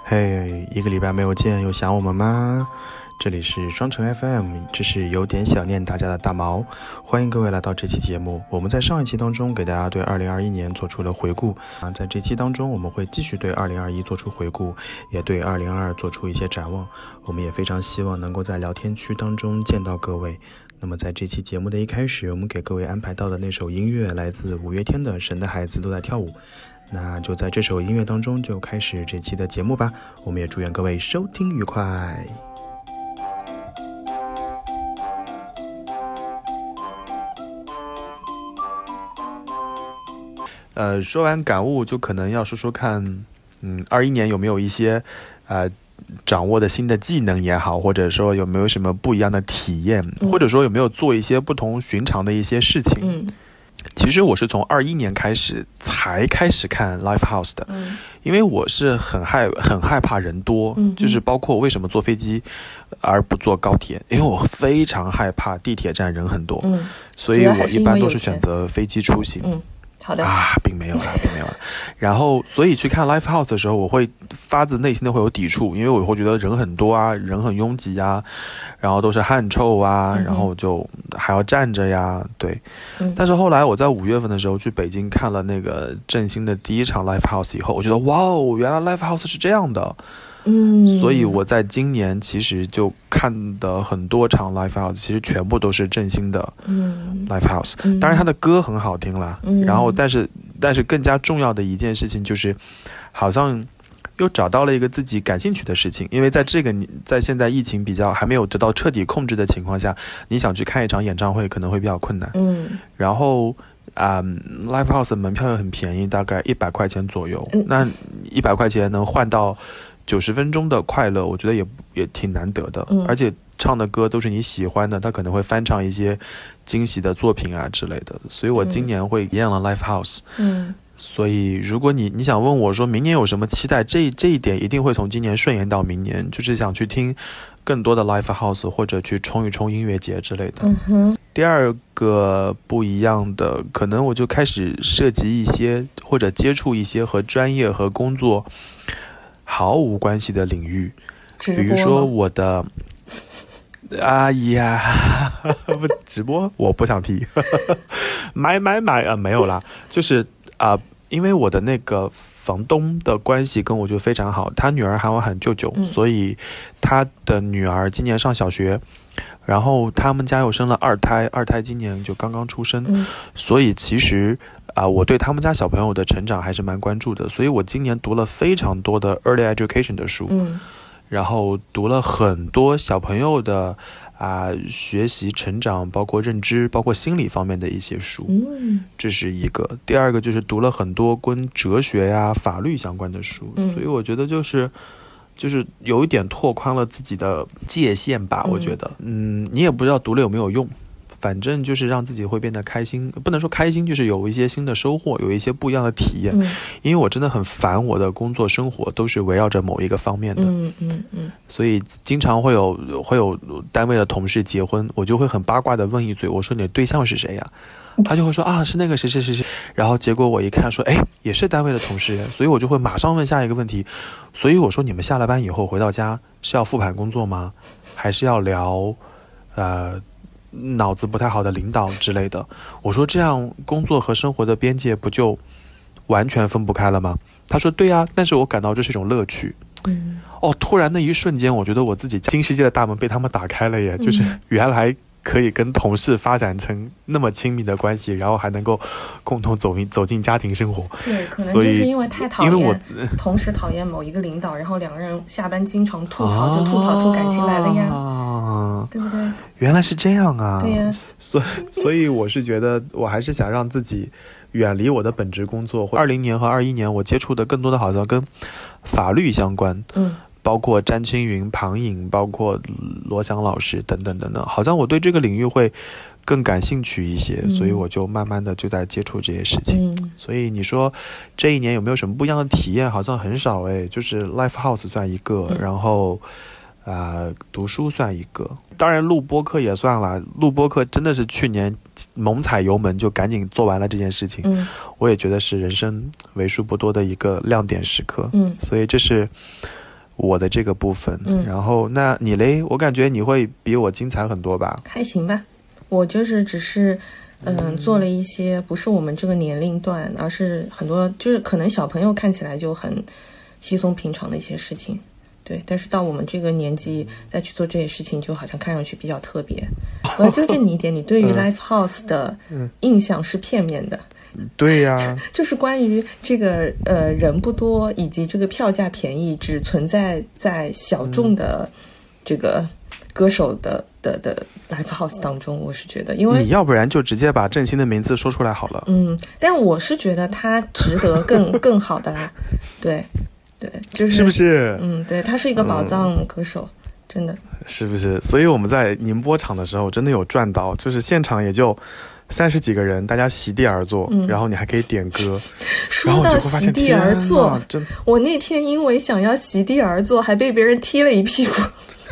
嘿，一个礼拜没有见，又想我们吗？这里是双城 FM， 这是有点想念大家的大毛，欢迎各位来到这期节目。我们在上一期当中给大家对2021年做出了回顾在这期当中我们会继续对2021做出回顾，也对2022做出一些展望。我们也非常希望能够在聊天区当中见到各位。那么在这期节目的一开始，我们给各位安排到的那首音乐来自五月天的《神的孩子都在跳舞》，那就在这首音乐当中就开始这期的节目吧。我们也祝愿各位收听愉快。说完感悟，就可能要说说看，21年有没有一些掌握的新的技能也好，或者说有没有什么不一样的体验，或者说有没有做一些不同寻常的一些事情。其实我是从21年才开始看 Live House 的，因为我是很害怕人多，就是包括为什么坐飞机而不坐高铁，因为我非常害怕地铁站人很多，所以我一般都是选择飞机出行。 好的并没有了。然后所以去看 Live House 的时候，我会发自内心的会有抵触，因为我会觉得人很多啊，人很拥挤啊，然后都是汗臭啊，然后就还要站着呀，对。但是后来我在5月份的时候去北京看了那个振兴的第一场 Live House 以后，我觉得哇哦，原来 Live House 是这样的。所以我在今年其实就看的很多场 Live House， 其实全部都是振兴的 Live House。当然他的歌很好听啦，然后但是更加重要的一件事情就是，好像又找到了一个自己感兴趣的事情。因为在现在疫情比较还没有得到彻底控制的情况下，你想去看一场演唱会可能会比较困难。然后Live House 的门票又很便宜，大概100块钱左右。那100块钱能换到90分钟的快乐，我觉得也挺难得的。而且唱的歌都是你喜欢的，他可能会翻唱一些惊喜的作品啊之类的。所以我今年会体验了 Live House。所以如果你想问我说明年有什么期待，这一点一定会从今年顺延到明年，就是想去听更多的 Live House， 或者去冲一冲音乐节之类的。第二个不一样的，可能我就开始涉及一些或者接触一些和专业和工作毫无关系的领域，比如说我的不直播我不想提买没有啦，就是因为我的那个房东的关系跟我就非常好，他女儿喊我喊舅舅，所以他的女儿今年上小学，然后他们家又生了二胎今年就刚刚出生，所以其实我对他们家小朋友的成长还是蛮关注的，所以我今年读了非常多的 early education 的书，然后读了很多小朋友的学习成长，包括认知，包括心理方面的一些书，这是一个。第二个就是读了很多跟哲学呀、法律相关的书，所以我觉得就是有一点拓宽了自己的界限吧，我觉得。你也不知道读了有没有用，反正就是让自己会变得开心，不能说开心，就是有一些新的收获，有一些不一样的体验。因为我真的很烦我的工作生活都是围绕着某一个方面的，所以经常会有单位的同事结婚，我就会很八卦的问一嘴，我说你的对象是谁呀？他就会说是那个谁谁谁谁，然后结果我一看说也是单位的同事，所以我就会马上问下一个问题。所以我说你们下了班以后回到家是要复盘工作吗？还是要聊脑子不太好的领导之类的？我说这样工作和生活的边界不就完全分不开了吗？他说对啊，但是我感到这是一种乐趣。突然那一瞬间我觉得我自己新世界的大门被他们打开了耶，就是原来可以跟同事发展成那么亲密的关系，然后还能够共同走进家庭生活。 对，可能就是因为太讨厌同时讨厌某一个领导，然后两个人下班经常吐槽，就吐槽出感情来了呀，对不对？ 原来是这样啊。 对呀， 所以我是觉得我还是想让自己远离我的本职工作。20年和21年我接触的更多的好像跟法律相关，包括詹青云、庞颖，包括罗翔老师等等等等，好像我对这个领域会更感兴趣一些，所以我就慢慢的就在接触这些事情。所以你说这一年有没有什么不一样的体验？好像很少就是 Live House 算一个，然后读书算一个，当然录播客也算了。录播客真的是去年猛踩油门就赶紧做完了这件事情，我也觉得是人生为数不多的一个亮点时刻。所以这是我的这个部分。然后那你嘞？我感觉你会比我精彩很多吧？ 还行吧，我就是只是做了一些不是我们这个年龄段，而是很多就是可能小朋友看起来就很稀松平常的一些事情。对，但是到我们这个年纪再去做这些事情，就好像看上去比较特别。我要纠正你一点，你对于 Live House 的印象是片面的。 对呀， 就是关于这个人不多，以及这个票价便宜，只存在在小众的这个歌手的 Live House 当中，我是觉得，因为你要不然就直接把郑兴的名字说出来好了。 但我是觉得他值得更好的啦。对，就是是不是？ 对，他是一个宝藏歌手，真的是不是？所以我们在宁波场的时候真的有赚到，就是现场也就30几个人，大家席地而坐，然后你还可以点歌。 说到席地而坐，我那天因为想要席地而坐，还被别人踢了一屁股。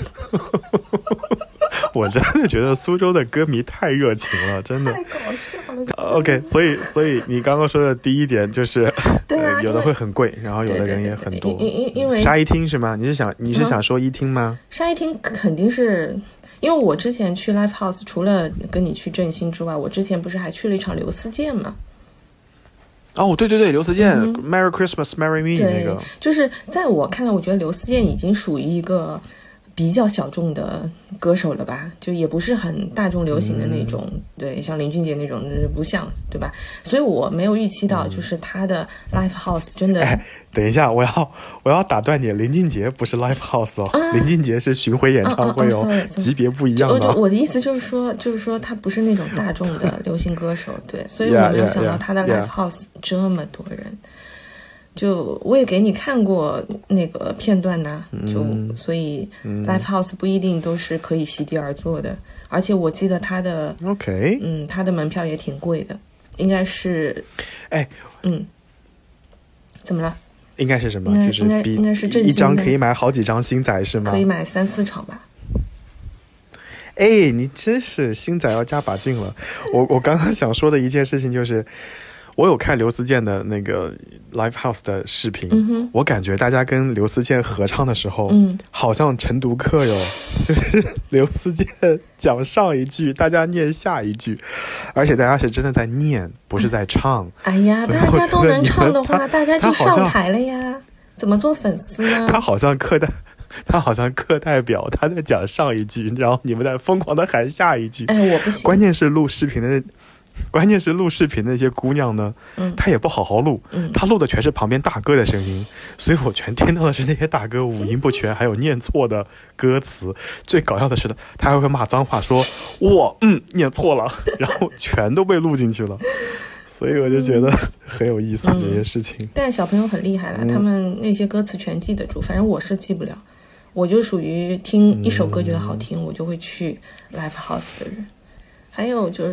我真的觉得苏州的歌迷太热情了，真的太搞笑了。 OK， 所以你刚刚说的第一点就是， 对有的会很贵，然后有的人也很多。 因为沙一厅是吗？你是想说一厅吗？ 沙一厅肯定是。因为我之前去 Live House， 除了跟你去振兴之外，我之前不是还去了一场刘思健嘛？ 哦，对，刘思健、Merry Christmas Merry Me 那个， 就是在我看来，我觉得刘思健已经属于一个比较小众的歌手了吧，就也不是很大众流行的那种，对，像林俊杰那种不像，对吧？所以我没有预期到，就是他的 Live House 真的。 等一下，我要打断你，林俊杰不是 Live House 哦，林俊杰是巡回演唱会哦，级别不一样的。 我的意思就是说他不是那种大众的流行歌手，对，所以我没有想到他的 Live House 这么多人。就我也给你看过那个片段呐，所以 Live House 不一定都是可以席地而坐的，而且我记得他的他的门票也挺贵的，应该是，怎么了？ 应该是什么？就是应该是一张可以买好几张星仔是吗？ 可以买3、4场吧。 你真是星仔要加把劲了。我刚刚想说的一件事情就是，我有看刘思健的那个 Live House 的视频，我感觉大家跟刘思健合唱的时候，好像晨读课哟，就是刘思健讲上一句，大家念下一句，而且大家是真的在念，不是在唱。 哎呀，大家都能唱的话，大家就上台了呀，怎么做粉丝呢？ 他好像课代表，他在讲上一句，然后你们在疯狂的喊下一句。 我不行。 关键是录视频的那些姑娘呢，她也不好好录，她录的全是旁边大哥的声音，所以我全听到的是那些大哥五音不全，还有念错的歌词。最搞笑的是他还会骂脏话，说我念错了，然后全都被录进去了。所以我就觉得很有意思这些事情。 但是小朋友很厉害了，他们那些歌词全记得住，反正我是记不了。我就属于听一首歌觉得好听，我就会去 Live House 的人。还有就是，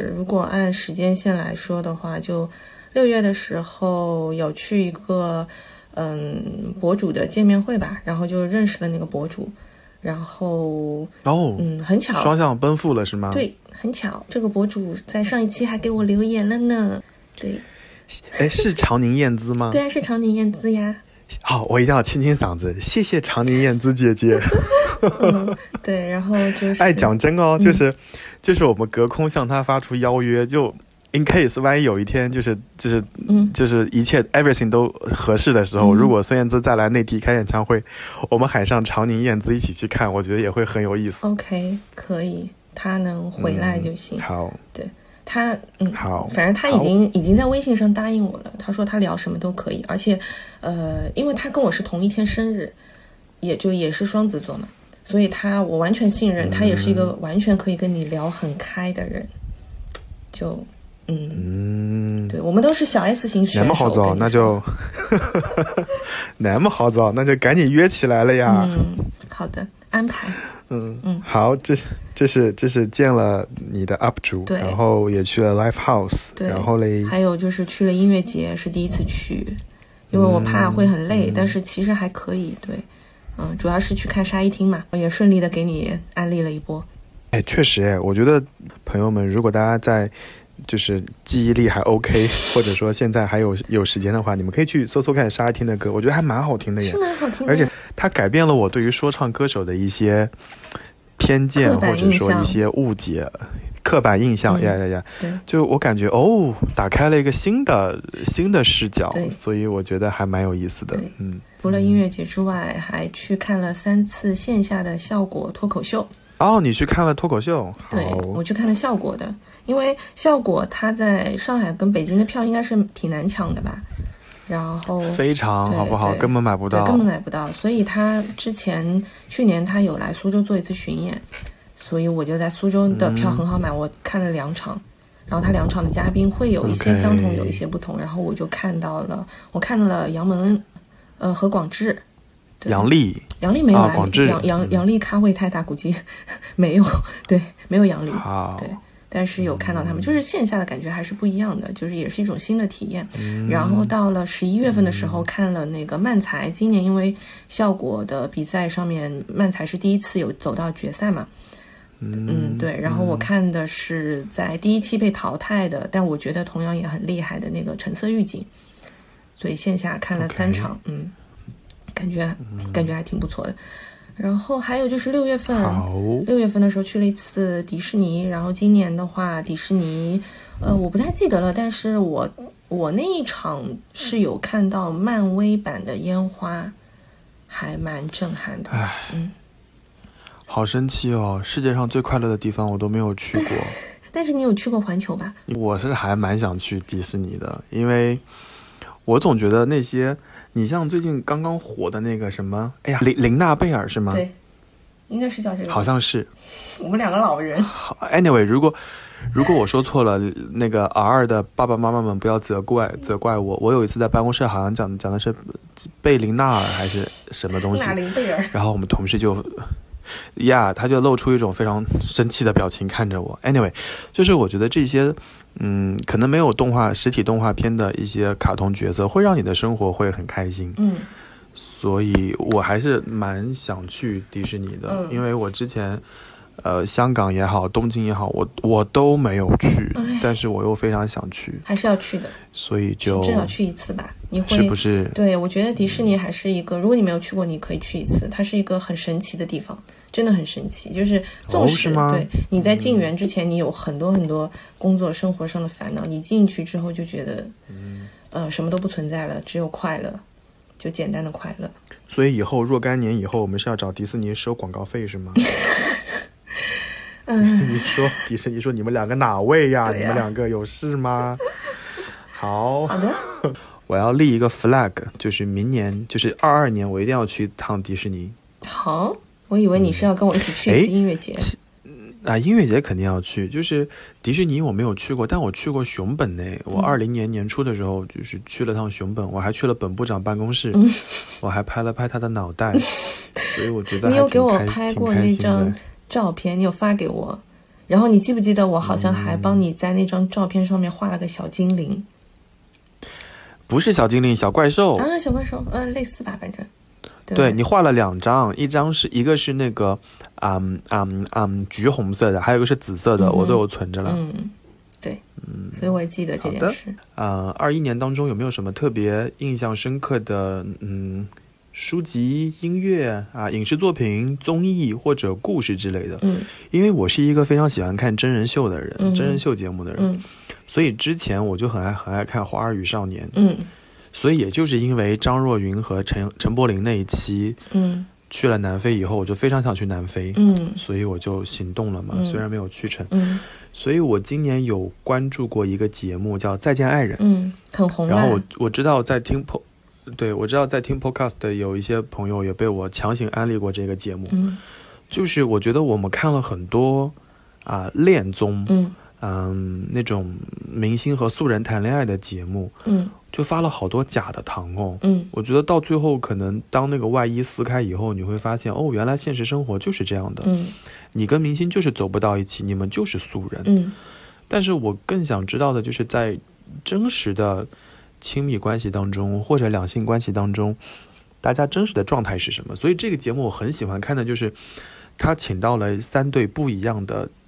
如果按时间线来说的话，就6月的时候有去一个博主的见面会吧，然后就认识了那个博主，然后很巧， 双向奔赴了是吗？ 对，很巧，这个博主在上一期还给我留言了呢。对， 是长宁燕姿吗？ 对啊，是长宁燕姿呀。 好，我一定要清嗓子，谢谢长宁燕姿姐姐。 对，然后就是讲真哦，就是我们隔空向他发出邀约，就 in case 万一有一天就是一切 everything 都合适的时候，如果孙燕姿再来内地开演唱会，我们喊上长宁燕姿一起去看，我觉得也会很有意思。 OK， 可以，他能回来就行。好，对他好， 反正他已经在微信上答应我了，他说他聊什么都可以，而且因为他跟我是同一天生日，也是双子座嘛，所以我完全信任他，也是一个完全可以跟你聊很开的人。就对，我们都是小 S 型选手。 那么好找，那就那么好找，那就赶紧约起来了呀。 好的，安排。 好，这是见了你的 UP 主，然后也去了 Live House， 然后嘞， 还有就是去了音乐节，是第一次去，因为我怕会很累，但是其实还可以。对，主要是去看沙一厅嘛，我也顺利的给你安利了一波。 确实我觉得朋友们，如果大家在就是记忆力还 OK， 或者说现在还有时间的话，你们可以去搜搜看沙一汀的歌，我觉得还蛮好听的耶， 是蛮好听的， 而且它改变了我对于说唱歌手的一些偏见或者说一些误解。刻板印象呀，就我感觉打开了一个新的视角，所以我觉得还蛮有意思的。 除了音乐节之外，还去看了3次线下的效果脱口秀。 你去看了脱口秀？ 对，我去看了效果的，因为效果它在上海跟北京的票应该是挺难抢的吧。然后非常好不好？根本买不到， 根本买不到。所以他去年他有来苏州做一次巡演。所以我就在苏州的票很好买，我看了2场，然后他2场的嘉宾会有一些相同，有一些不同，然后我看到了杨蒙恩，何广智， 杨笠没有来， 广智杨笠咖位太大，估计没有，对，没有杨笠， 好， 对，但是有看到他们，就是线下的感觉还是不一样的，就是也是一种新的体验。然后到了11月份的时候，看了那个漫才，今年因为效果的比赛上面，漫才是第一次有走到决赛嘛。对，然后我看的是在第1期被淘汰的，但我觉得同样也很厉害的那个橙色预警，所以线下看了3场，感觉还挺不错的。然后还有就是6月份的时候去了一次迪士尼，然后今年的话迪士尼我不太记得了，但是我那一场是有看到漫威版的烟花，还蛮震撼的。 好生气哦！世界上最快乐的地方我都没有去过。 但是你有去过环球吧？ 我是还蛮想去迪士尼的，因为我总觉得那些，你像最近刚刚火的那个什么，琳娜贝尔是吗？ 对，应该是叫这个。 好像是。 我们2个老人。 Anyway， 如果我说错了，那个R2的爸爸妈妈们不要责怪我。我有一次在办公室好像讲的是贝琳娜尔还是什么东西，然后我们同事就。他就露出一种非常生气的表情看着我。Anyway， 就是我觉得这些，可能没有实体动画片的一些卡通角色，会让你的生活会很开心。所以我还是蛮想去迪士尼的，因为我之前，香港也好，东京也好，我都没有去，但是我又非常想去， 还是要去的。 所以就至少去一次吧。你会是不是？ 对，我觉得迪士尼还是一个，如果你没有去过，你可以去一次，它是一个很神奇的地方。真的很神奇，就是纵使对你在进园之前，你有很多很多工作生活上的烦恼，你进去之后就觉得，什么都不存在了，只有快乐，就简单的快乐。 所以以后若干年以后，我们是要找迪士尼收广告费是吗？迪士尼说你们2个哪位呀？你们2个有事吗？好的， 我要立一个 flag， 就是明年，就是22年，我一定要去一趟迪士尼。 好。我以为你是要跟我一起去一次音乐节。 音乐节肯定要去，就是迪士尼我没有去过，但我去过熊本呢。我20年年初的时候就是去了趟熊本，我还去了本部长办公室，我还拍了拍他的脑袋，所以我觉得还挺开心的。 你有给我拍过那张照片，你有发给我，然后你记不记得我好像还帮你在那张照片上面画了个小精灵？ 不是小精灵，小怪兽啊，小怪兽，类似吧，反正。 对，你画了2张，一个是那个橘红色的，还有一个是紫色的，我都有存着了。 对，所以我也记得这件事。 21年当中有没有什么特别印象深刻的书籍、音乐影视作品、综艺或者故事之类的？因为我是一个非常喜欢看真人秀的人，真人秀节目的人，所以之前我就很爱看《花儿与少年》。所以也就是因为张若昀和陈柏霖那一期，去了南非以后，我就非常想去南非，所以我就行动了嘛，虽然没有去成，所以我今年有关注过一个节目叫《再见爱人》， 很红。 然后我知道在听podcast 的有一些朋友也被我强行安利过这个节目，就是我觉得我们看了很多恋综，那种明星和素人谈恋爱的节目，就发了好多假的糖哦。我觉得到最后可能当那个外衣撕开以后，你会发现原来现实生活就是这样的。你跟明星就是走不到一起，你们就是素人。但是我更想知道的就是在真实的亲密关系当中或者两性关系当中，大家真实的状态是什么。所以这个节目我很喜欢看的就是他请到了3对不一样的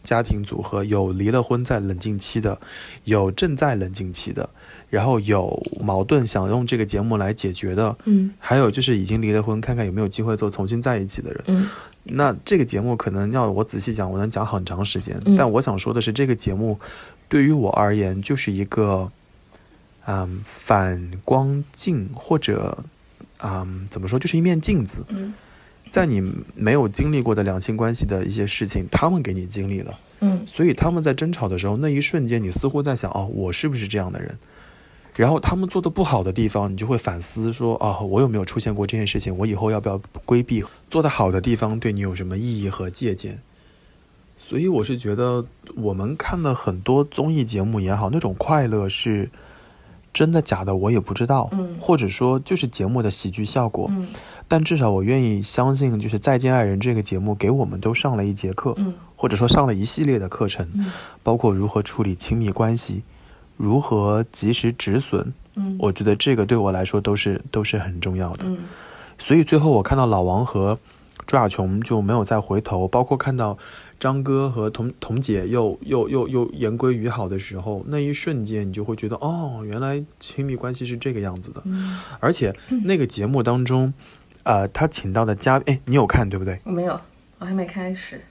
家庭组合，有离了婚在冷静期的，有正在冷静期的，然后有矛盾想用这个节目来解决的，还有就是已经离了婚，看看有没有机会做重新在一起的人。那这个节目可能要我仔细讲，我能讲很长时间。但我想说的是，这个节目对于我而言就是一个反光镜，或者怎么说，就是一面镜子。在你没有经历过的两性关系的一些事情，他们给你经历了。所以他们在争吵的时候，那一瞬间你似乎在想，我是不是这样的人？然后他们做的不好的地方，你就会反思说，我有没有出现过这件事情？我以后要不要规避？做的好的地方对你有什么意义和借鉴？所以我是觉得，我们看了很多综艺节目也好，那种快乐是真的假的我也不知道，或者说就是节目的喜剧效果。但至少我愿意相信，就是《再见爱人》这个节目给我们都上了一节课，或者说上了一系列的课程，包括如何处理亲密关系，如何及时止损。我觉得这个对我来说都是很重要的。所以最后我看到老王和朱亚琼就没有再回头，包括看到张哥和童姐又言归于好的时候，那一瞬间你就会觉得，原来亲密关系是这个样子的。而且那个节目当中他请到的嘉宾，你有看对不对？ 我没有，我还没开始。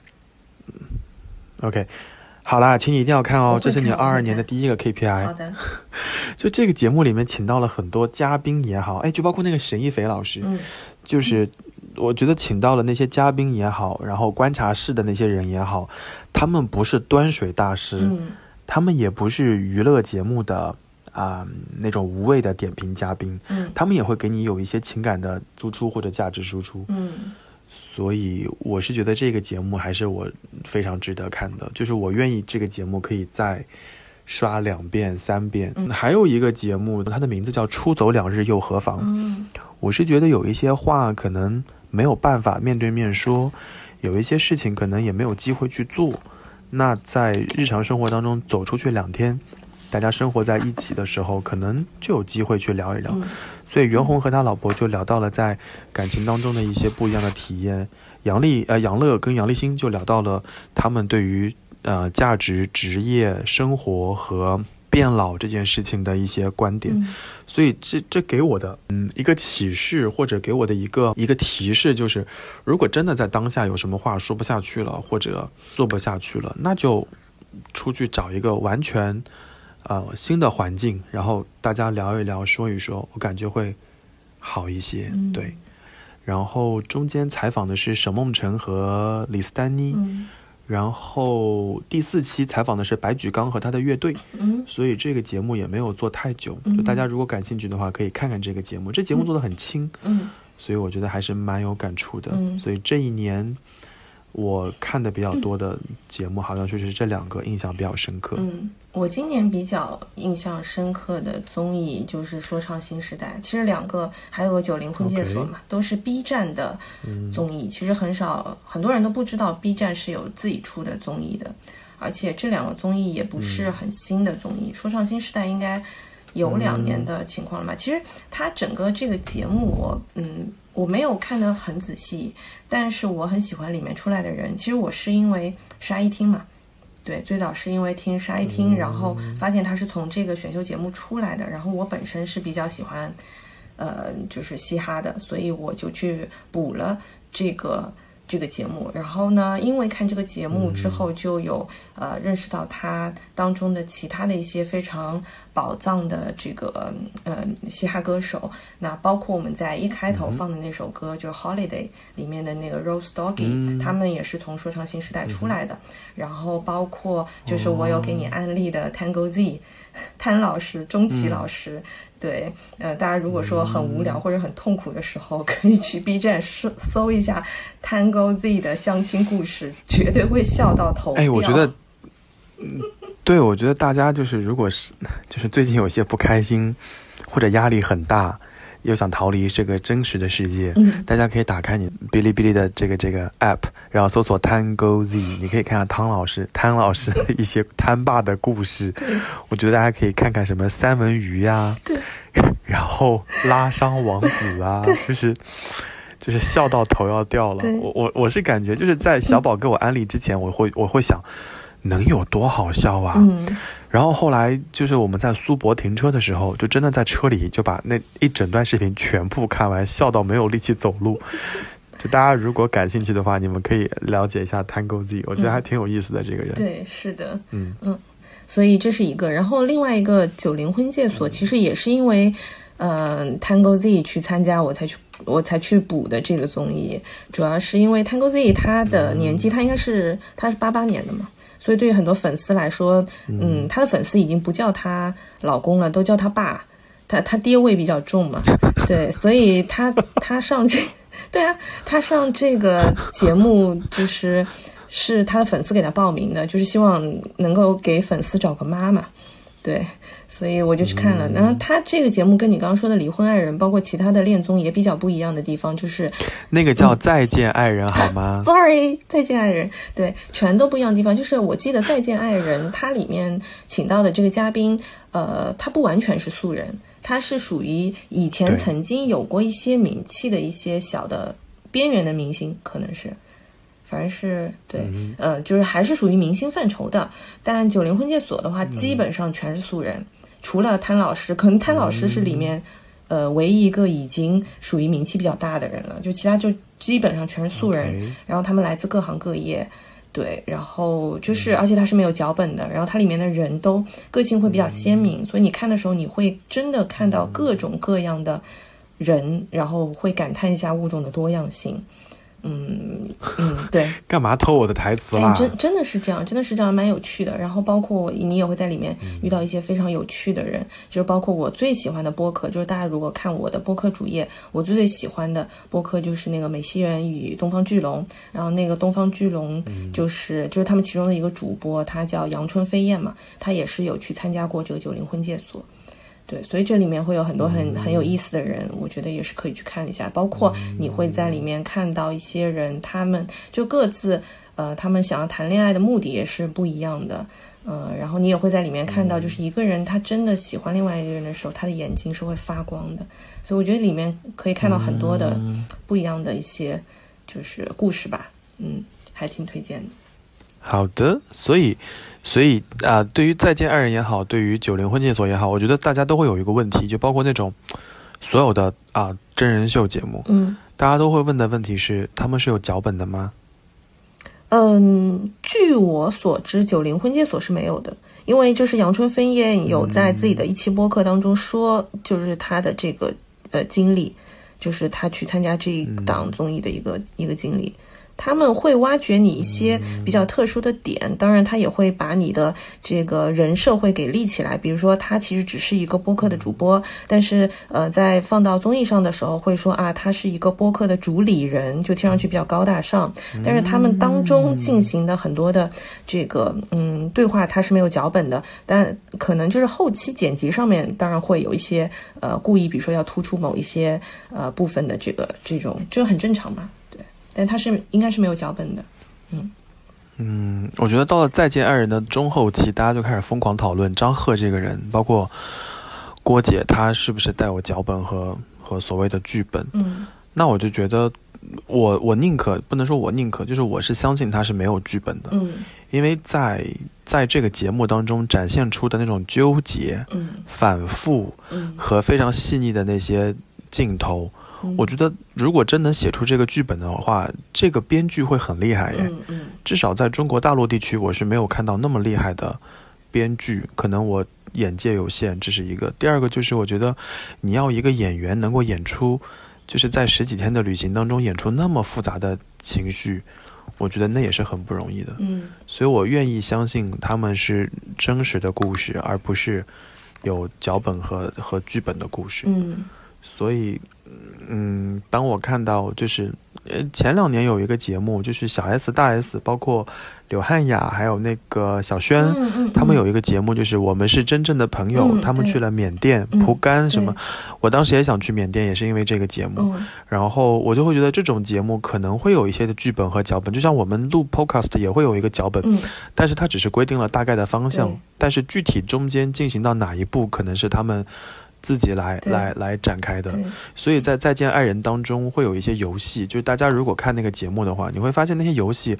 OK， 好啦，请你一定要看哦，这是你22年的第一个 KPI。 好的。 就这个节目里面请到了很多嘉宾也好，就包括那个沈一斐老师，就是我觉得请到了那些嘉宾也好，然后观察室的那些人也好，他们不是端水大师，他们也不是娱乐节目的那种无谓的点评嘉宾，他们也会给你有一些情感的输出或者价值输出。所以我是觉得这个节目还是我非常值得看的，就是我愿意这个节目可以再刷2遍3遍。还有一个节目，它的名字叫出走2日又何妨。我是觉得有一些话可能没有办法面对面说，有一些事情可能也没有机会去做，那在日常生活当中走出去2天，大家生活在一起的时候，可能就有机会去聊一聊。所以袁弘和他老婆就聊到了在感情当中的一些不一样的体验，杨乐跟杨立新就聊到了他们对于价值、职业、生活和变老这件事情的一些观点。所以这给我的一个启示，或者给我的一个提示，就是如果真的在当下有什么话说不下去了，或者做不下去了，那就出去找一个完全新的环境，然后大家聊一聊，说一说，我感觉会好一些。对。然后中间采访的是沈梦辰和李斯丹妮，然后第4期采访的是白举纲和他的乐队。所以这个节目也没有做太久，就大家如果感兴趣的话可以看看这个节目。这节目做得很轻，所以我觉得还是蛮有感触的。所以这一年我看的比较多的节目好像就是这2个印象比较深刻。 我今年比较印象深刻的综艺就是说唱新时代，其实2个还有个90婚介所嘛，都是 B 站的综艺。其实很多人都不知道 B 站是有自己出的综艺的，而且这2个综艺也不是很新的综艺。说唱新时代应该有2年的情况了嘛。其实它整个这个节目我没有看得很仔细，但是我很喜欢里面出来的人。其实我是因为沙一汀嘛，对，最早是因为听沙一汀，然后发现他是从这个选秀节目出来的，然后我本身是比较喜欢就是嘻哈的，所以我就去补了这个节目。然后呢，因为看这个节目之后，就有认识到他当中的其他的一些非常宝藏的这个嘻哈歌手。那包括我们在一开头放的那首歌，就是 Holiday 里面的那个 Rose Doggy，他们也是从说唱新时代出来的。然后包括就是我有给你安利的 Tango Z， 谭老师、钟琪老师。对，大家如果说很无聊或者很痛苦的时候，可以去 B 站搜一下 Tango Z 的相亲故事，绝对会笑到头掉。 我觉得，对，我觉得大家就是如果是就是最近有些不开心或者压力很大，又想逃离这个真实的世界，大家可以打开你哔哩哔哩的这个 app， 然后搜索 Tango Z， 你可以看看汤老师的一些摊霸的故事。我觉得大家可以看看什么三文鱼啊，然后拉伤王子啊，就是笑到头要掉了。我是感觉就是在小宝给我安利之前，我会想， 能有多好笑啊。然后后来就是我们在苏博停车的时候，就真的在车里就把那一整段视频全部看完，笑到没有力气走路。就大家如果感兴趣的话，你们可以了解一下 Tango Z， 我觉得还挺有意思的这个人。 对，是的，所以这是一个。然后另外一个90婚介所，其实也是因为Tango Z 去参加，我才去补的这个综艺。主要是因为 Tango Z 他的年纪，他是88年的嘛，所以对于很多粉丝来说，他的粉丝已经不叫他老公了，都叫他爸，他爹味比较重嘛，对，所以他上这。对啊，他上这个节目是他的粉丝给他报名的，就是希望能够给粉丝找个妈妈。对，所以我就去看了。然后他这个节目跟你刚刚说的离婚爱人，包括其他的恋综也比较不一样的地方，就是那个叫再见爱人好吗 ？Sorry， 再见爱人，对，全都不一样的地方。就是我记得再见爱人，它里面请到的这个嘉宾，他不完全是素人。他是属于以前曾经有过一些名气的一些小的边缘的明星，可能是，反正是对，就是还是属于明星范畴的。但90婚介所的话，基本上全是素人，除了谭老师，可能谭老师是里面唯一一个已经属于名气比较大的人了，就其他就基本上全是素人，然后他们来自各行各业。对，然后就是而且它是没有脚本的，然后它里面的人都个性会比较鲜明，所以你看的时候你会真的看到各种各样的人，然后会感叹一下物种的多样性。对。 干嘛偷我的台词啦？ 真的是这样，真的是这样，蛮有趣的。然后包括你也会在里面遇到一些非常有趣的人，就是包括我最喜欢的播客，就是大家如果看我的播客主页，我最喜欢的播客就是那个美西人与东方巨龙。然后那个东方巨龙就是他们其中的一个主播，他叫阳春飞燕嘛，他也是有去参加过这个90婚介所。对，所以这里面会有很多很有意思的人，我觉得也是可以去看一下。包括你会在里面看到一些人，他们就各自他们想要谈恋爱的目的也是不一样的。然后你也会在里面看到，就是一个人他真的喜欢另外一个人的时候，他的眼睛是会发光的。所以我觉得里面可以看到很多的不一样的一些就是故事吧。还挺推荐的。 好的，所以对于再见爱人也好，对于90婚介所也好，我觉得大家都会有一个问题，就包括那种所有的真人秀节目，大家都会问的问题是，他们是有脚本的吗？ 据我所知，90婚介所是没有的，因为就是阳春飞燕有在自己的一期播客当中说，就是他的这个经历，就是他去参加这一档综艺的一个经历。他们会挖掘你一些比较特殊的点，当然他也会把你的这个人设会给立起来，比如说他其实只是一个播客的主播，但是在放到综艺上的时候会说他是一个播客的主理人，就听上去比较高大上，但是他们当中进行的很多的这个对话他是没有脚本的，但可能就是后期剪辑上面当然会有一些故意比如说要突出某一些部分的这个很正常嘛，对，但他应该是没有脚本的。 我觉得到了再见爱人的中后期，大家就开始疯狂讨论张赫这个人，包括郭姐她是不是带有脚本和所谓的剧本。那我就觉得我宁可不能说我宁可，就是我是相信他是没有剧本的。因为在这个节目当中展现出的那种纠结、反复和非常细腻的那些镜头，我觉得如果真能写出这个剧本的话，这个编剧会很厉害耶。至少在中国大陆地区，我是没有看到那么厉害的编剧，可能我眼界有限，这是一个。第二个就是我觉得你要一个演员能够演出，就是在10几天的旅行当中演出那么复杂的情绪，我觉得那也是很不容易的。所以我愿意相信他们是真实的故事，而不是有脚本和剧本的故事。所以当我看到就是前2年有一个节目，就是小 S 大 S 包括柳汉雅还有那个小轩，他们有一个节目就是我们是真正的朋友，他们去了缅甸蒲甘什么，我当时也想去缅甸，也是因为这个节目。然后我就会觉得这种节目可能会有一些的剧本和脚本，就像我们录 podcast 也会有一个脚本，但是它只是规定了大概的方向，但是具体中间进行到哪一步可能是他们自己来展开的。所以在再见爱人当中会有一些游戏，就是大家如果看那个节目的话，你会发现那些游戏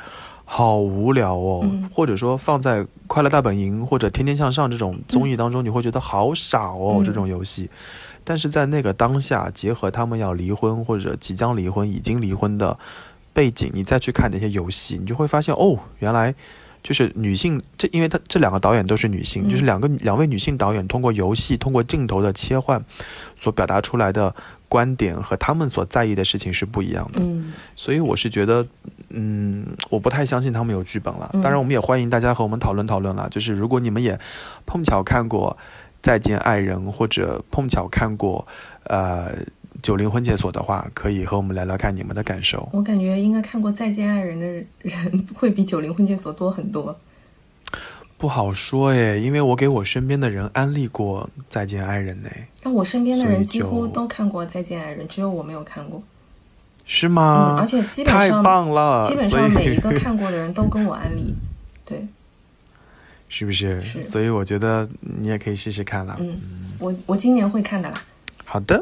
好无聊哦，或者说放在快乐大本营或者天天向上这种综艺当中，你会觉得好傻哦，这种游戏。但是在那个当下，结合他们要离婚或者即将离婚、已经离婚的背景，你再去看那些游戏，你就会发现哦，原来就是女性，因为这两个导演都是女性，就是两位女性导演通过游戏、通过镜头的切换所表达出来的观点和他们所在意的事情是不一样的。所以我是觉得，我不太相信他们有剧本了。当然，我们也欢迎大家和我们讨论讨论了。就是如果你们也碰巧看过《再见爱人》，或者碰巧看过九零婚介所的话，可以和我们聊聊看你们的感受。 我感觉应该看过《再见爱人》的人会比九零婚介所多很多。 不好说耶，因为我给我身边的人安利过《再见爱人》呢。 那我身边的人几乎都看过《再见爱人》，只有我没有看过。 是吗？ 而且基本上太棒了， 基本上每一个看过的人都跟我安利。对， 是不是？所以我觉得你也可以试试看啦。 我今年会看的啦。 好的。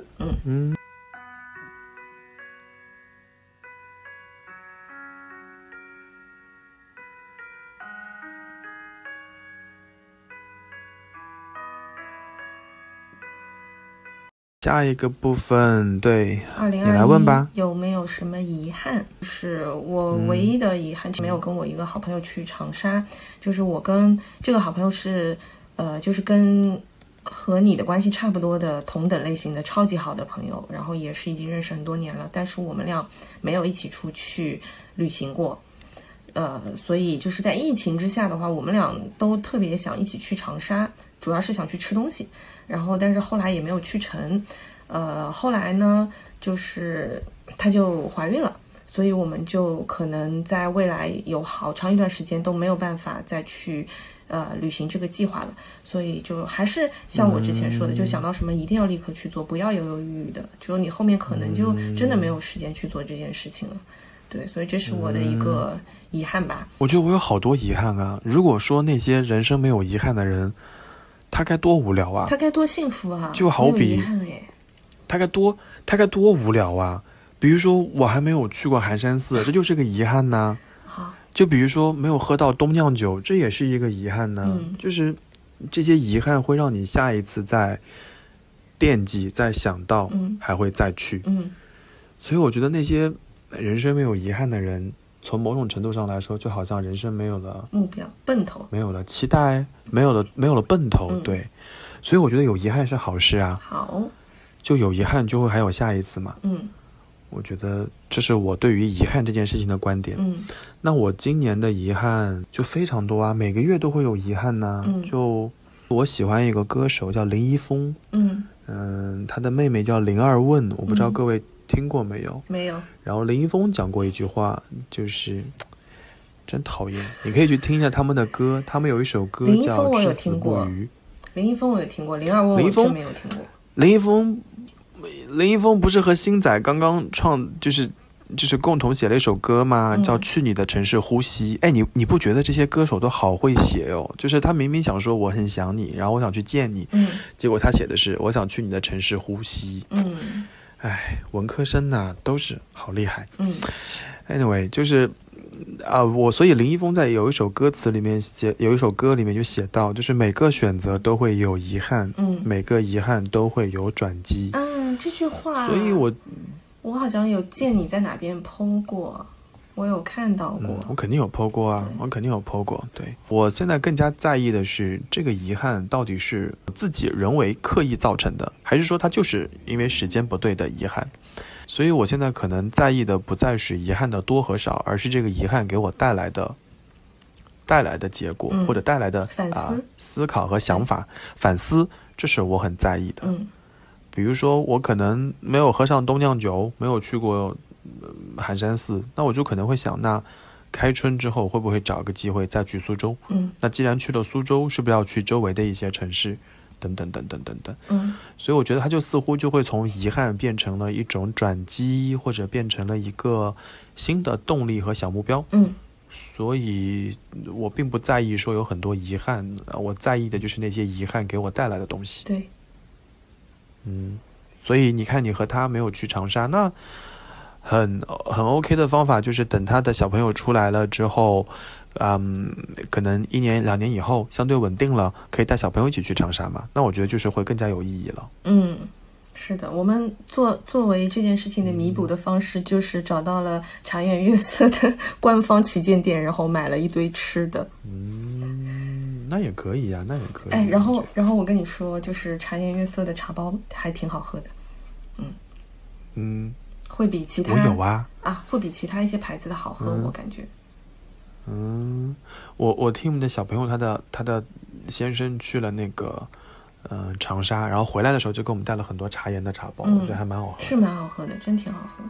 下一个部分，对，2021你来问吧。 有没有什么遗憾？是我唯一的遗憾，没有跟我一个好朋友去长沙。就是我跟这个好朋友是，就是跟和你的关系差不多的同等类型的超级好的朋友，然后也是已经认识很多年了，但是我们俩没有一起出去旅行过。所以就是在疫情之下的话，我们俩都特别想一起去长沙，主要是想去吃东西。然后但是后来也没有去成。后来呢，就是她就怀孕了，所以我们就可能在未来有好长一段时间都没有办法再去履行这个计划了。所以就还是像我之前说的，就想到什么一定要立刻去做，不要犹犹豫豫的，就你后面可能就真的没有时间去做这件事情了。对，所以这是我的一个遗憾吧。 我觉得我有好多遗憾啊。如果说那些人生没有遗憾的人，他该多无聊啊， 他该多幸福啊。 就好比他该多无聊啊。比如说我还没有去过寒山寺，这就是个遗憾呢。就比如说没有喝到冬酿酒，这也是一个遗憾呢。就是这些遗憾会让你下一次再惦记，再想到，还会再去。所以我觉得那些人生没有遗憾的人，从某种程度上来说，就好像人生没有了目标、奔头， 没有了期待，没有了奔头。对，所以我觉得有遗憾是好事啊。 好， 就有遗憾就会还有下一次嘛。我觉得这是我对于遗憾这件事情的观点。那我今年的遗憾就非常多啊，每个月都会有遗憾呢。就我喜欢一个歌手叫林一峰，他的妹妹叫林二问，我不知道各位听过没有？ 没有。 然后林一峰讲过一句话，就是真讨厌。你可以去听一下他们的歌，他们有一首歌叫《至死不渝》。 林一峰我有听过，林二问我真没有听过。 林一峰不是和星仔刚刚就是共同写了一首歌吗？叫《去你的城市呼吸》。哎，你不觉得这些歌手都好会写哦？就是他明明想说我很想你，然后我想去见你，结果他写的是我想去你的城市呼吸。哎，文科生呐，都是好厉害。Anyway， 就是所以林一峰在有一首歌里面就写到，就是每个选择都会有遗憾，每个遗憾都会有转机。 这句话， 所以我好像有见你在哪边 po 过，我有看到过。 我肯定有 po 过啊，我肯定有 po 过。对，我现在更加在意的是这个遗憾到底是自己人为刻意造成的，还是说它就是因为时间不对的遗憾。所以我现在可能在意的不再是遗憾的多和少，而是这个遗憾给我带来的结果，或者带来的思考和想法，反思，这是我很在意的。比如说我可能没有喝上冬酿酒，没有去过寒山寺，那我就可能会想，那开春之后会不会找个机会再去苏州？那既然去了苏州，是不是要去周围的一些城市？等等等等等等。所以我觉得它就似乎就会从遗憾变成了一种转机，或者变成了一个新的动力和小目标。所以我并不在意说有很多遗憾，我在意的就是那些遗憾给我带来的东西。 对。 所以你看，你和他没有去长沙，那很 OK 的方法就是等他的小朋友出来了之后，可能1年2年以后相对稳定了，可以带小朋友一起去长沙嘛。那我觉得就是会更加有意义了。 是的，我们作为这件事情的弥补的方式，就是找到了茶颜悦色的官方旗舰店，然后买了一堆吃的。 那也可以呀，那也可以。 哎，然后我跟你说，就是茶颜悦色的茶包还挺好喝的。会比其他我有啊， 会比其他一些牌子的好喝，我感觉。 我听我们的小朋友他的先生去了那个长沙，然后回来的时候就给我们带了很多茶颜的茶包，我觉得还蛮好喝的。 是蛮好喝的，真挺好喝。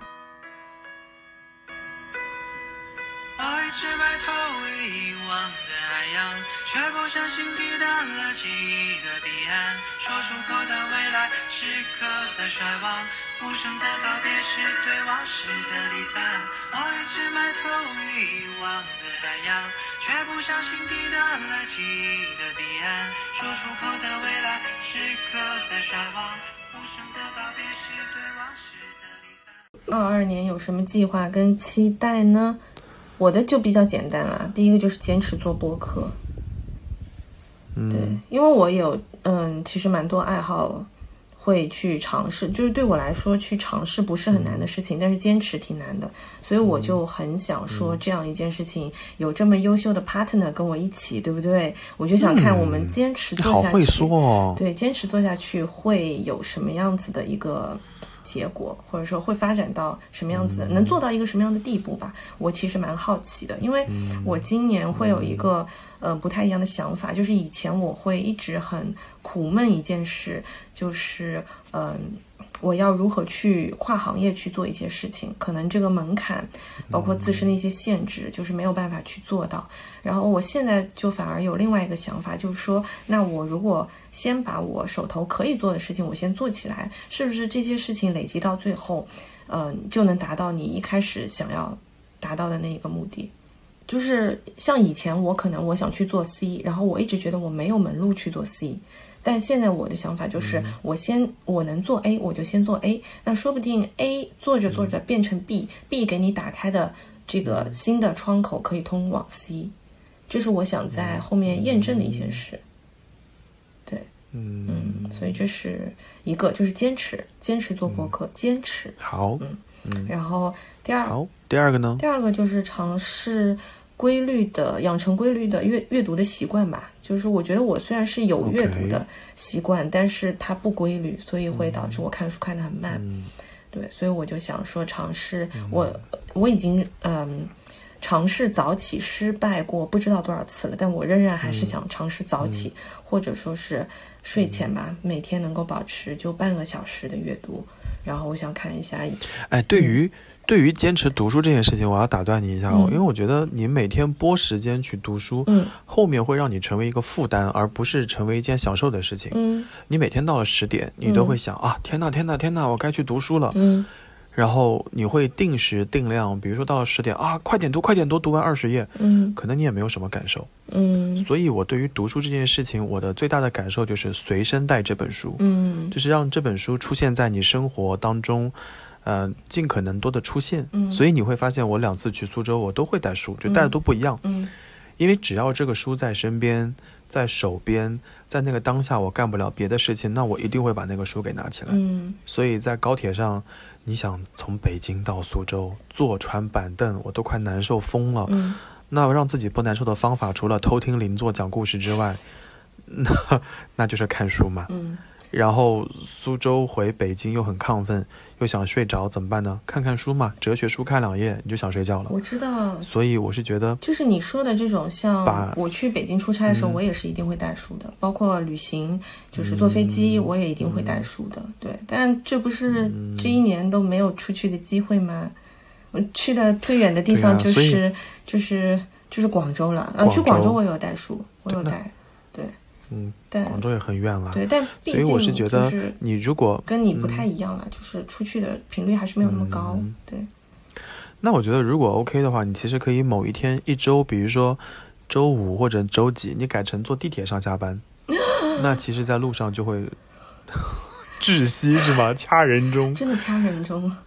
一直埋头遗忘的海洋，却不小心抵达了记忆的彼岸，说出口的未来时刻在衰亡，无声的告别是对往事的礼赞。一直埋头遗忘的海洋，却不小心抵达了记忆的彼岸，说出口的未来时刻在衰亡，无声的告别是对往事的礼赞。 22年有什么计划跟期待呢？我的就比较简单啦，第一个就是坚持做播客。对，因为我有其实蛮多爱好会去尝试，就是对我来说去尝试不是很难的事情，但是坚持挺难的，所以我就很想说这样一件事情有这么优秀的 partner 跟我一起，对不对？我就想看我们坚持做下去， 好会说哦。 对，坚持做下去会有什么样子的一个结果，或者说会发展到什么样子的，能做到一个什么样的地步吧，我其实蛮好奇的。因为我今年会有一个不太一样的想法，就是以前我会一直很苦闷一件事，就是我要如何去跨行业去做一些事情，可能这个门槛包括自身的一些限制，就是没有办法去做到。然后我现在就反而有另外一个想法，就是说那我如果先把我手头可以做的事情我先做起来，是不是这些事情累积到最后就能达到你一开始想要达到的那一个目的。就是像以前我可能我想去做 C， 然后我一直觉得我没有门路去做 C，但现在我的想法就是我能做 A 我就先做 A， 那说不定 A 做着做着变成 B 给你打开的这个新的窗口可以通往 C， 这是我想在后面验证的一件事。对，所以这是一个就是坚持做播客，坚持好。 然后第二个呢？ 第二个就是尝试养成规律的阅读的习惯吧。就是我觉得我虽然是有阅读的习惯，但是它不规律，所以会导致我看书看得很慢。对，所以我就想说尝试，我已经尝试早起失败过不知道多少次了，但我仍然还是想尝试早起，或者说是睡前吧，每天能够保持就半个小时的阅读。然后我想看一下， 对于坚持读书这件事情，我要打断你一下因为我觉得你每天拨时间去读书，后面会让你成为一个负担，而不是成为一件享受的事情。你每天到了10点，你都会想天哪，我该去读书了。然后你会定时定量，比如说到了10点快点读，读完20页，可能你也没有什么感受。所以我对于读书这件事情，我的最大的感受就是随身带这本书，就是让这本书出现在你生活当中，尽可能多的出现。所以你会发现我2次去苏州，我都会带书，就带的都不一样。因为只要这个书在身边，在手边，在那个当下我干不了别的事情，那我一定会把那个书给拿起来。所以在高铁上，你想从北京到苏州坐船板凳，我都快难受疯了。那让自己不难受的方法，除了偷听邻座讲故事之外，那就是看书嘛。然后苏州回北京又很亢奋，又想睡着，怎么办呢？看看书嘛，哲学书看2页你就想睡觉了。 我知道， 所以我是觉得， 就是你说的这种，像我去北京出差的时候，我也是一定会带书的，包括旅行，就是坐飞机，我也一定会带书的。对，但这不是这1年都没有出去的机会吗？我去的最远的地方就是广州了。去广州我有带书，我有带。对。但广州也很远了。 对，但毕竟所以我是觉得你如果跟你不太一样了，就是出去的频率还是没有那么高。对。 那我觉得如果 OK 的话，你其实可以某一天1周，比如说周5或者周几，你改成坐地铁上下班，那其实在路上就会窒息是吗？掐人中， 真的掐人中。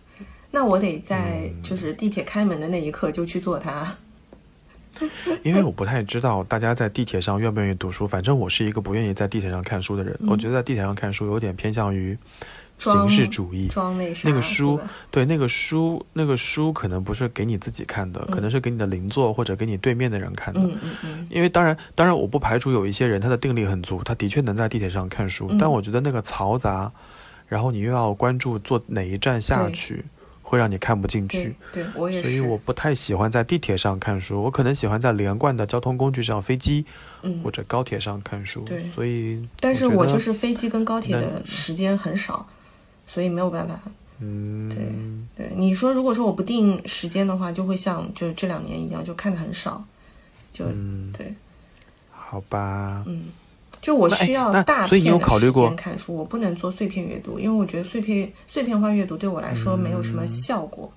那我得在就是地铁开门的那一刻就去做它。 因为我不太知道大家在地铁上愿不愿意读书，反正我是一个不愿意在地铁上看书的人。我觉得在地铁上看书有点偏向于形式主义，那个书，对，那个书可能不是给你自己看的，可能是给你的邻座或者给你对面的人看的。因为当然我不排除有一些人他的定力很足，他的确能在地铁上看书，但我觉得那个嘈杂，然后你又要关注坐哪一站下去，会让你看不进去。 对，我也是。 所以我不太喜欢在地铁上看书，我可能喜欢在连贯的交通工具上，飞机或者高铁上看书。 对， 所以但是我就是飞机跟高铁的时间很少，所以没有办法。对，你说如果说我不定时间的话，就会像就这2年一样，就看得很少。对， 好吧。 就我需要大所以你有考虑过片的时间看书，我不能做碎片阅读，因为我觉得碎片化阅读对我来说没有什么效果。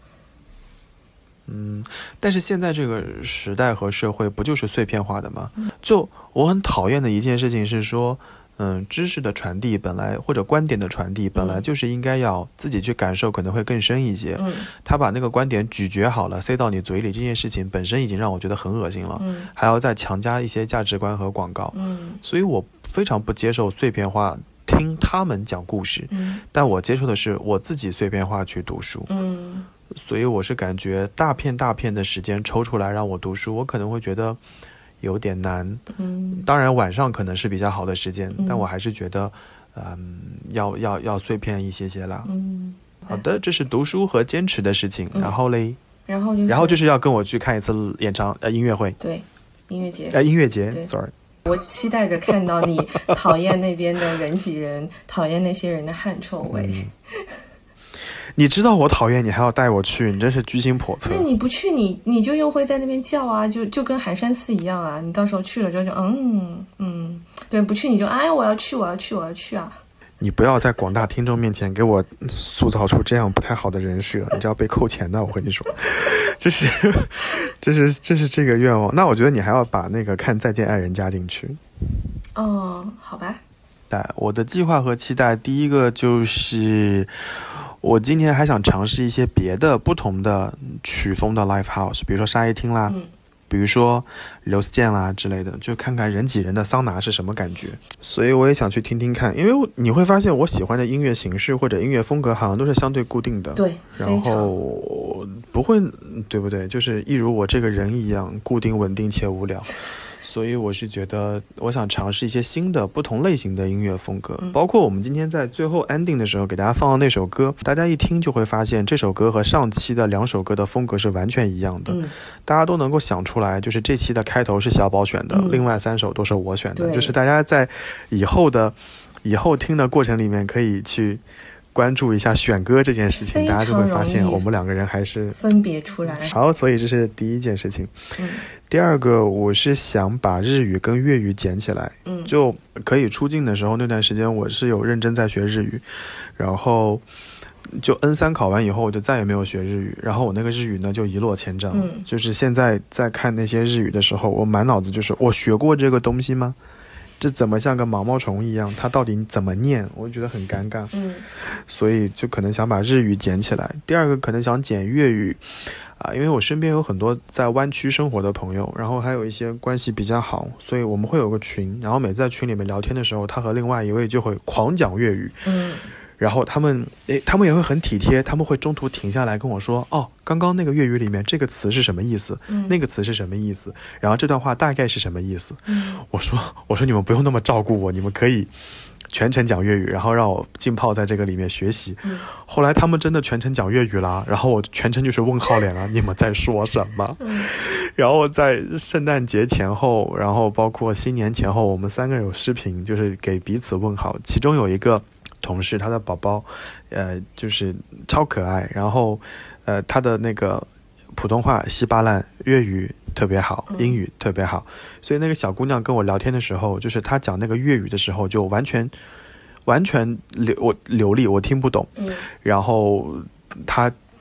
但是现在这个时代和社会不就是碎片化的吗？就我很讨厌的一件事情是说，知识的传递本来或者观点的传递本来就是应该要自己去感受，可能会更深一些。他把那个观点咀嚼好了塞到你嘴里，这件事情本身已经让我觉得很恶心了，还要再强加一些价值观和广告。所以我非常不接受碎片化听他们讲故事，但我接受的是我自己碎片化去读书。所以我是感觉大片的时间抽出来让我读书，我可能会觉得有点难。当然晚上可能是比较好的时间，但我还是觉得要碎片一些啦。好的，这是读书和坚持的事情。然后嘞， 然后就是要跟我去看一次音乐会。 对，音乐节 sorry。 我期待着看到你讨厌那边的人挤人，讨厌那些人的汗臭味。 你知道我讨厌，你还要带我去，你真是居心叵测。 那你不去，你就又会在那边叫啊，就跟寒山寺一样啊。你到时候去了之后就对，不去你就我要去啊。 你不要在广大听众面前给我塑造出这样不太好的人设，你知道被扣钱的，我跟你说。这是这个愿望。那我觉得你还要把那个看《再见爱人》加进去。 好吧。 我的计划和期待，第一个就是我今年还想尝试一些别的不同的曲风的 live house， 比如说沙耶厅啦，比如说刘思健啦之类的，就看看人挤人的桑拿是什么感觉。所以我也想去听听看，因为你会发现我喜欢的音乐形式或者音乐风格好像都是相对固定的。 对， 然后不会，对不对？就是一如我这个人一样固定稳定且无聊。所以我是觉得我想尝试一些新的不同类型的音乐风格，包括我们今天在最后 ending 的时候给大家放的那首歌，大家一听就会发现这首歌和上期的2首歌的风格是完全一样的。大家都能够想出来，就是这期的开头是小宝选的，另外3首都是我选的，就是大家在以后听的过程里面可以去关注一下选歌这件事情，大家就会发现我们2个人还是分别出来。 好，所以这是第一件事情。第二个，我是想把日语跟粤语捡起来。就可以出境的时候那段时间，我是有认真在学日语，然后就 N3 考完以后，我就再也没有学日语，然后我那个日语呢就一落千丈。就是现在在看那些日语的时候，我满脑子就是我学过这个东西吗？这怎么像个毛毛虫一样？它到底怎么念？我觉得很尴尬。所以就可能想把日语捡起来。第二个可能想捡粤语。因为我身边有很多在湾区生活的朋友，然后还有一些关系比较好，所以我们会有个群，然后每次在群里面聊天的时候，他和另外一位就会狂讲粤语。然后他们也会很体贴，他们会中途停下来跟我说，刚刚那个粤语里面这个词是什么意思，那个词是什么意思，然后这段话大概是什么意思。我说你们不用那么照顾我，你们可以全程讲粤语，然后让我浸泡在这个里面学习。后来他们真的全程讲粤语了，然后我全程就是问号脸了，你们在说什么？然后在圣诞节前后，然后包括新年前后，我们3个人有视频，就是给彼此问好。其中有一个同事，他的宝宝就是超可爱，然后他的那个普通话稀巴烂，粤语特别好，英语特别好，所以那个小姑娘跟我聊天的时候，就是她讲那个粤语的时候就完全流利，我听不懂。然后她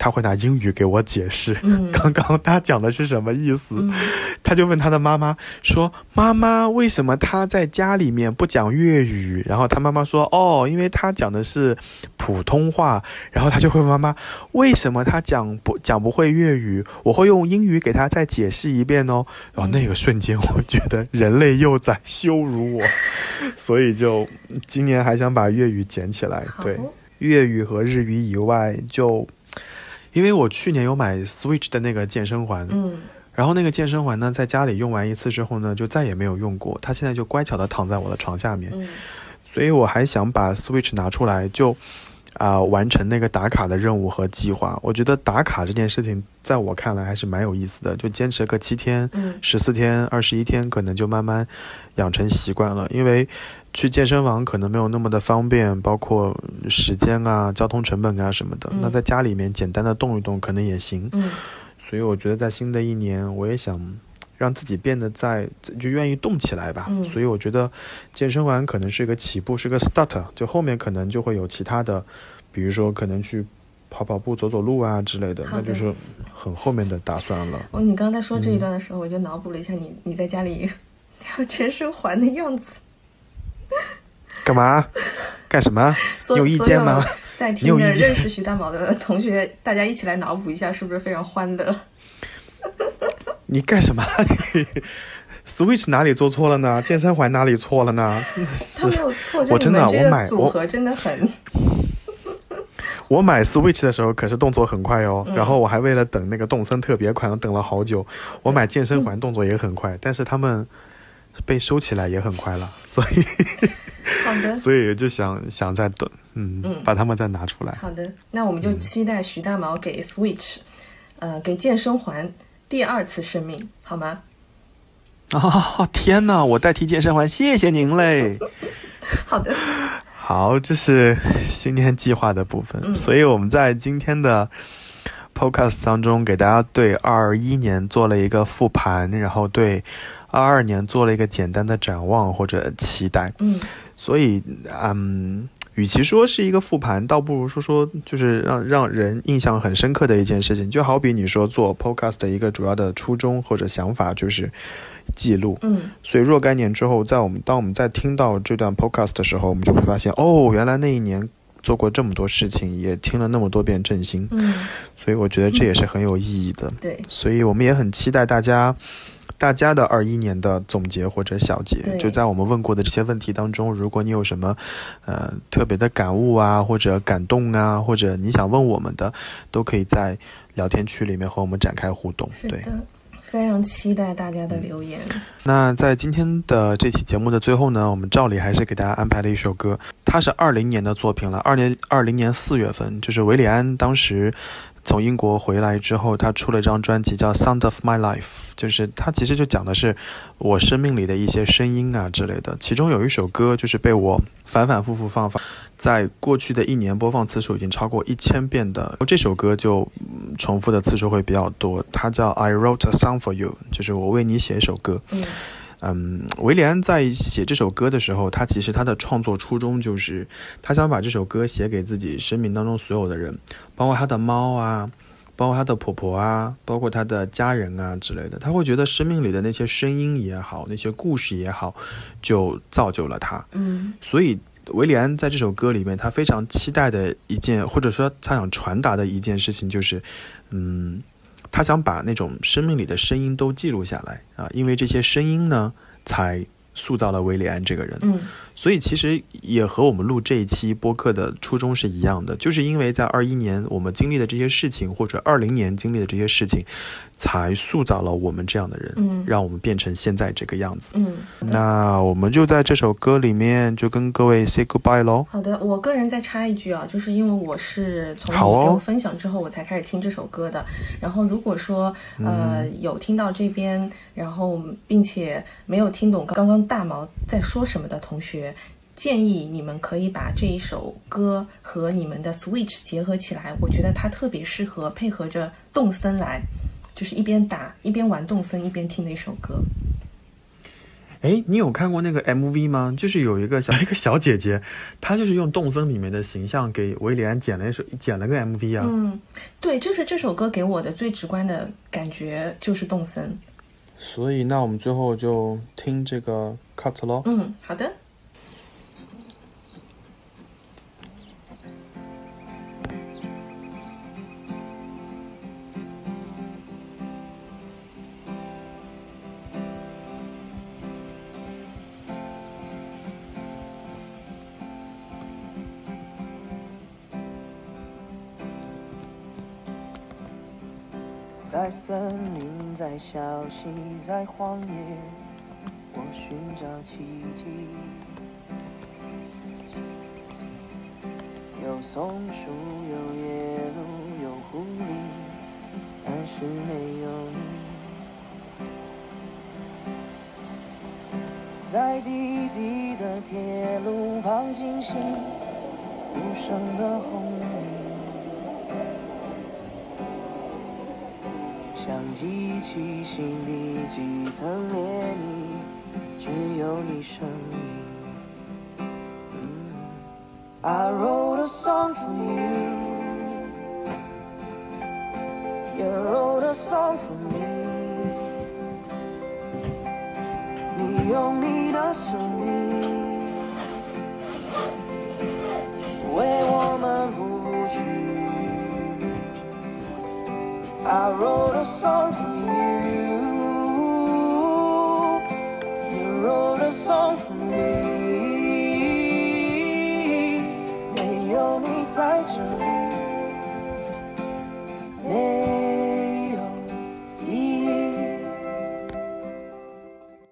他会拿英语给我解释，刚刚他讲的是什么意思。他就问他的妈妈说，妈妈为什么他在家里面不讲粤语？然后他妈妈说，哦，因为他讲的是普通话。然后他就会问妈妈，为什么他讲不会粤语？我会用英语给他再解释一遍哦。然后那个瞬间我觉得人类又在羞辱我，所以就今年还想把粤语捡起来。对，粤语和日语以外，就因为我去年有买 Switch 的那个健身环，然后那个健身环呢，在家里用完一次之后呢，就再也没有用过，它现在就乖巧的躺在我的床下面，所以我还想把 Switch 拿出来，就完成那个打卡的任务和计划。我觉得打卡这件事情在我看来还是蛮有意思的，就坚持个7天、14天、21天，可能就慢慢养成习惯了。因为去健身房可能没有那么的方便，包括时间啊、交通成本啊什么的。那在家里面简单的动一动可能也行。所以我觉得在新的一年，我也想让自己变得就愿意动起来吧。所以我觉得健身环可能是一个起步，是个 start， 就后面可能就会有其他的，比如说可能去跑步、走路啊之类的，那就是很后面的打算了。 你刚才说这一段的时候，我就脑补了一下你在家里有健身环的样子。 干嘛？干什么？你有意见吗？ 在听着认识徐大毛的同学，大家一起来脑补一下，是不是非常欢乐？ 你干什么？Switch 哪里做错了呢？健身环哪里错了呢？ 他没有错， 我真的我买组合真的很。 我买 Switch 的时候可是动作很快哦，然后我还为了等那个动森特别款等了好久。我买健身环动作也很快，但是他们被收起来也很快了，所以好的， 所以就想再等，把他们再拿出来。 好的，那我们就期待徐大毛给 Switch，给健身环第2次生命，好吗？ 天哪，我代替健身环，谢谢您嘞。 好的， 好，这是新年计划的部分，所以我们在今天的 podcast 当中给大家对2021年做了一个复盘，然后对2022年做了一个简单的展望或者期待。所以与其说是一个复盘，倒不如说就是让人印象很深刻的一件事情。就好比你说做 podcast 的一个主要的初衷或者想法就是记录。所以若干年之后，当我们在听到这段 podcast 的时候，我们就会发现，原来那一年做过这么多事情，也听了那么多遍振兴。所以我觉得这也是很有意义的。 对， 所以我们也很期待大家的21年的总结或者小结，就在我们问过的这些问题当中，如果你有什么特别的感悟啊，或者感动啊，或者你想问我们的，都可以在聊天区里面和我们展开互动。对， 非常期待大家的留言。 那在今天的这期节目的最后呢，我们照例还是给大家安排了一首歌，它是20年的作品了，2020年4月份，就是韦礼安当时从英国回来之后，他出了一张专辑叫 Sound of My Life， 就是他其实就讲的是我生命里的一些声音啊之类的，其中有一首歌就是被我反复放，在过去的1年播放次数已经超过1000遍的，这首歌就重复的次数会比较多，它叫 I Wrote a Song for You， 就是我为你写一首歌。韦礼安在写这首歌的时候，他其实他的创作初衷就是他想把这首歌写给自己生命当中所有的人，包括他的猫啊，包括他的婆婆啊，包括他的家人啊之类的。他会觉得生命里的那些声音也好，那些故事也好，就造就了他。所以韦礼安在这首歌里面，他非常期待的一件，或者说他想传达的一件事情就是他想把那种生命里的声音都记录下来啊，因为这些声音呢，才塑造了韦礼安这个人。所以其实也和我们录这一期播客的初衷是一样的，就是因为在21年我们经历的这些事情，或者20年经历的这些事情，才塑造了我们这样的人，让我们变成现在这个样子。那我们就在这首歌里面就跟各位 say goodbye 咯。 好的，我个人再插一句啊，就是因为我是从你给我分享之后我才开始听这首歌的，然后如果说有听到这边，然后并且没有听懂刚刚大毛在说什么的同学，建议你们可以把这一首歌和你们的 Switch 结合起来，我觉得它特别适合配合着动森来，就是一边打一边玩动森一边听的一首歌。 哎，你有看过那个 MV 吗？就是有一个小姐姐，她就是用动森里面的形象给维里安剪了个 MV 啊。 对，就是这首歌给我的最直观的感觉就是动森。 所以那我们最后就听这个 cut 咯。 好的。 在森林，在小溪，在荒野，我寻找奇迹。有松树，有野鹿，有狐狸，但是没有你。在低低的铁路旁惊醒无声的轰鸣，像机器心底几层涟漪，只有你声音。I wrote a song for you, you wrote a song for me。 你用你的生命为我们谱曲。I wrote a song for you, you wrote a song for me。 没有你在这里，